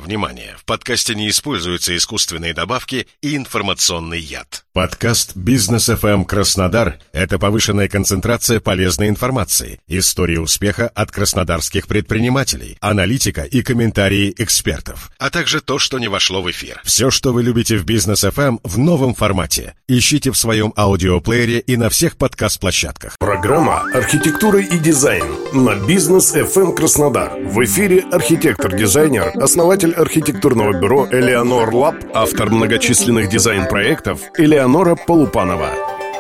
внимание, в подкасте не используются искусственные добавки и информационный яд. Подкаст «Бизнес FM Краснодар» — это повышенная концентрация полезной информации, истории успеха от краснодарских предпринимателей, аналитика и комментарии экспертов, а также то, что не вошло в эфир. Все, что вы любите в «Бизнес FM» в новом формате. Ищите в своем аудиоплеере и на всех подкаст-площадках. Программа «Архитектура и дизайн» на «Бизнес FM Краснодар». В эфире архитектор-дизайнер, основатель архитектурного бюро «Элеонор Лаб», автор многочисленных дизайн-проектов Элеонора Полупанова.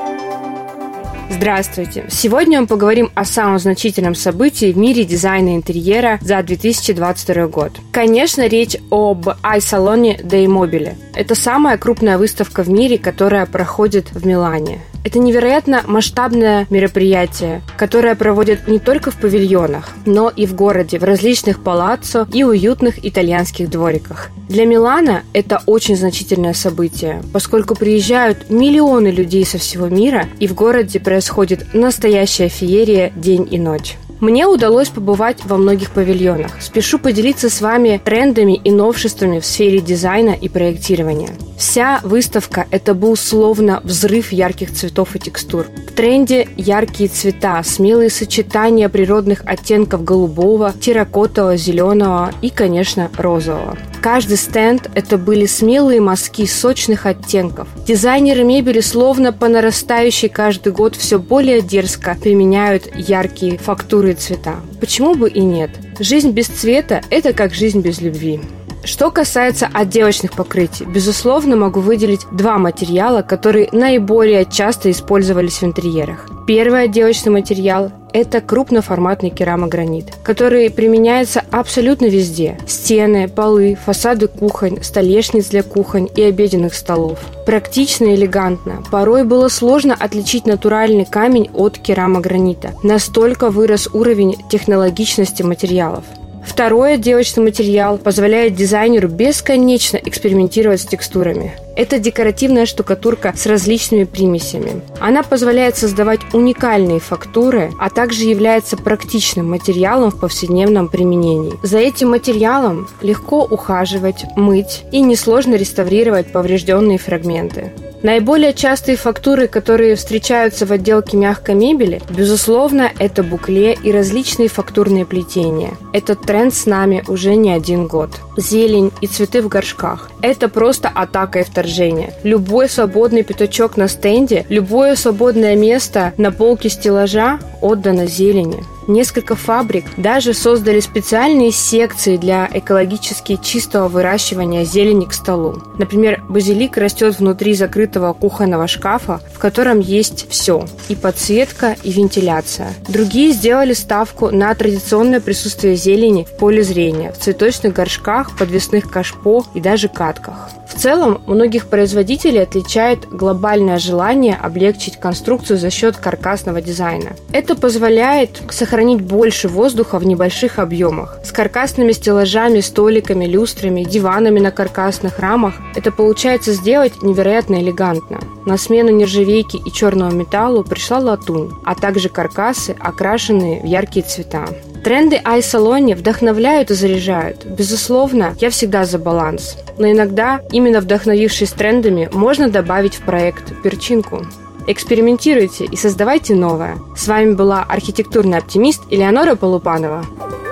Здравствуйте! Сегодня мы поговорим о самом значительном событии в мире дизайна интерьера за 2022 год. Конечно, речь об iSalone dei Mobili. Это самая крупная выставка в мире, которая проходит в Милане. Это невероятно масштабное мероприятие, которое проводят не только в павильонах, но и в городе, в различных палаццо и уютных итальянских двориках. Для Милана это очень значительное событие, поскольку приезжают миллионы людей со всего мира, и в городе происходит настоящая феерия день и ночь. Мне удалось побывать во многих павильонах. Спешу поделиться с вами трендами и новшествами в сфере дизайна и проектирования. Вся выставка – это был словно взрыв ярких цветов и текстур. В тренде яркие цвета, смелые сочетания природных оттенков голубого, терракотового, зеленого и, конечно, розового. Каждый стенд – это были смелые мазки сочных оттенков. Дизайнеры мебели словно по нарастающей каждый год все более дерзко применяют яркие фактуры и цвета. Почему бы и нет? Жизнь без цвета – это как жизнь без любви. Что касается отделочных покрытий, безусловно, могу выделить два материала, которые наиболее часто использовались в интерьерах. Первый отделочный материал – это крупноформатный керамогранит, который применяется абсолютно везде. Стены, полы, фасады кухонь, столешниц для кухонь и обеденных столов. Практично и элегантно. Порой было сложно отличить натуральный камень от керамогранита. Настолько вырос уровень технологичности материалов. Второй отделочный материал позволяет дизайнеру бесконечно экспериментировать с текстурами. Это декоративная штукатурка с различными примесями. Она позволяет создавать уникальные фактуры, а также является практичным материалом в повседневном применении. За этим материалом легко ухаживать, мыть и несложно реставрировать поврежденные фрагменты. Наиболее частые фактуры, которые встречаются в отделке мягкой мебели, безусловно, это букле и различные фактурные плетения. Этот тренд с нами уже не один год. Зелень и цветы в горшках – это просто атака и вторжение. Любой свободный пятачок на стенде, любое свободное место на полке стеллажа отдано зелени. Несколько фабрик даже создали специальные секции для экологически чистого выращивания зелени к столу. Например, базилик растет внутри закрытого кухонного шкафа, в котором есть все – и подсветка, и вентиляция. Другие сделали ставку на традиционное присутствие зелени в поле зрения, в цветочных горшках, подвесных кашпо и даже катках. В целом, многих производителей отличает глобальное желание облегчить конструкцию за счет каркасного дизайна. Это позволяет сохранить больше воздуха в небольших объемах. С каркасными стеллажами, столиками, люстрами, диванами на каркасных рамах это получается сделать невероятно элегантно. На смену нержавейки и черному металлу пришла латунь, а также каркасы, окрашенные в яркие цвета. Тренды iSalone вдохновляют и заряжают. Безусловно, я всегда за баланс. Но иногда, именно вдохновившись трендами, можно добавить в проект перчинку. Экспериментируйте и создавайте новое. С вами была архитектурный оптимист Элеонора Полупанова.